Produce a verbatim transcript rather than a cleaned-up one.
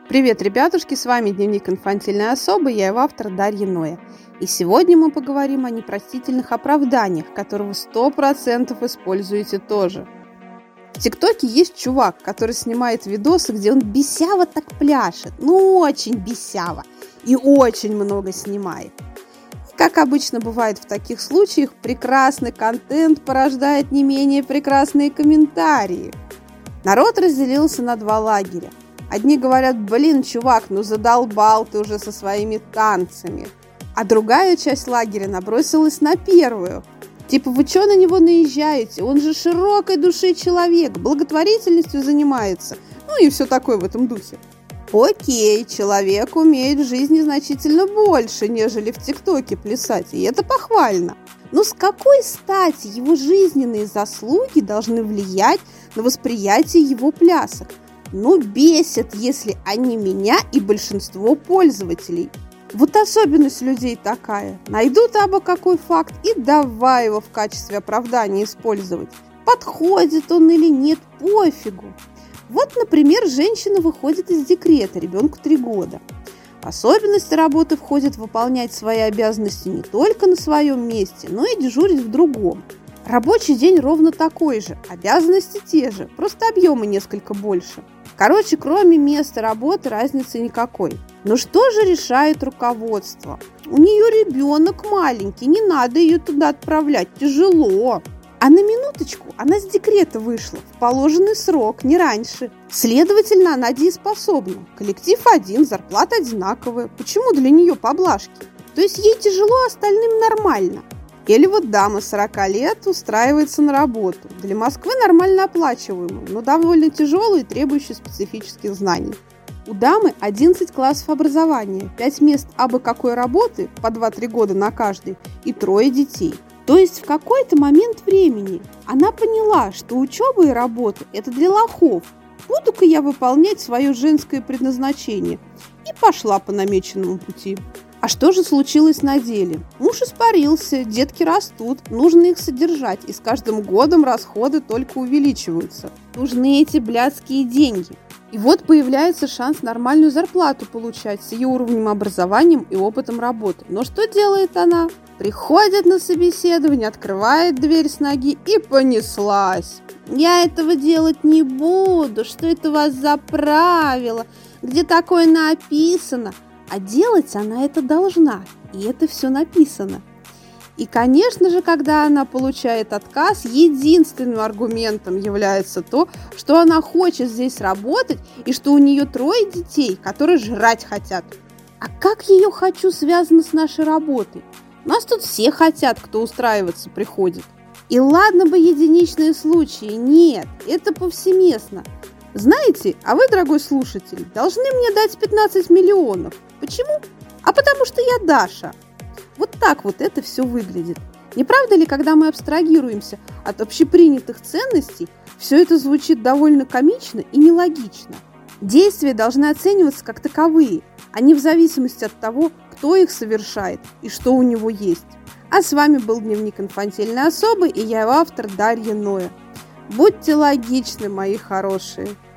Привет, ребятушки, с вами Дневник инфантильной особы, я его автор Дарья Ноя. И сегодня мы поговорим о непростительных оправданиях, которые вы сто процентов используете тоже. В ТикТоке есть чувак, который снимает видосы, где он бесяво так пляшет, ну очень бесяво, и очень много снимает. И, как обычно бывает в таких случаях, прекрасный контент порождает не менее прекрасные комментарии. Народ разделился на два лагеря. Одни говорят: блин, чувак, ну задолбал ты уже со своими танцами. А другая часть лагеря набросилась на первую. Типа, вы что на него наезжаете? Он же широкой души человек, благотворительностью занимается. Ну и все такое в этом духе. Окей, человек умеет в жизни значительно больше, нежели в ТикТоке плясать, и это похвально. Но с какой стати его жизненные заслуги должны влиять на восприятие его плясок? Ну, бесит, если они меня и большинство пользователей. Вот особенность людей такая. Найдут абы какой факт и давай его в качестве оправдания использовать. Подходит он или нет, пофигу. Вот, например, женщина выходит из декрета, ребенку три года. В особенности работы входит выполнять свои обязанности не только на своем месте, но и дежурить в другом. Рабочий день ровно такой же, обязанности те же, просто объемы несколько больше. Короче, кроме места работы разницы никакой. Но что же решает руководство? У нее ребенок маленький, не надо ее туда отправлять, тяжело. А на минуточку она с декрета вышла в положенный срок, не раньше. Следовательно, она дееспособна. Коллектив один, зарплата одинаковая. Почему для нее поблажки? То есть ей тяжело, а остальным нормально. Или вот дама сорока лет устраивается на работу. Для Москвы нормально оплачиваемую, но довольно тяжелую и требующую специфических знаний. У дамы одиннадцать классов образования, пять мест абы какой работы, по два-три года на каждый, и трое детей. То есть в какой-то момент времени она поняла, что учеба и работа – это для лохов. Буду-ка я выполнять свое женское предназначение. И пошла по намеченному пути. А что же случилось на деле? Муж испарился, детки растут, нужно их содержать, и с каждым годом расходы только увеличиваются. Нужны эти блядские деньги. И вот появляется шанс нормальную зарплату получать с ее уровнем образования и опытом работы. Но что делает она? Приходит на собеседование, открывает дверь с ноги и понеслась. Я этого делать не буду, что это у вас за правило, где такое написано? А делать она это должна, и это все написано. И, конечно же, когда она получает отказ, единственным аргументом является то, что она хочет здесь работать и что у нее трое детей, которые жрать хотят. А как ее «хочу» связано с нашей работой? У нас тут все хотят, кто устраиваться приходит. И ладно бы единичные случаи, нет, это повсеместно. Знаете, а вы, дорогой слушатель, должны мне дать пятнадцать миллионов. Почему? А потому что я Даша. Вот так вот это все выглядит. Не правда ли, когда мы абстрагируемся от общепринятых ценностей, все это звучит довольно комично и нелогично? Действия должны оцениваться как таковые, а не в зависимости от того, кто их совершает и что у него есть. А с вами был Дневник инфантильной особы, и я его автор Дарья Ноя. Будьте логичны, мои хорошие.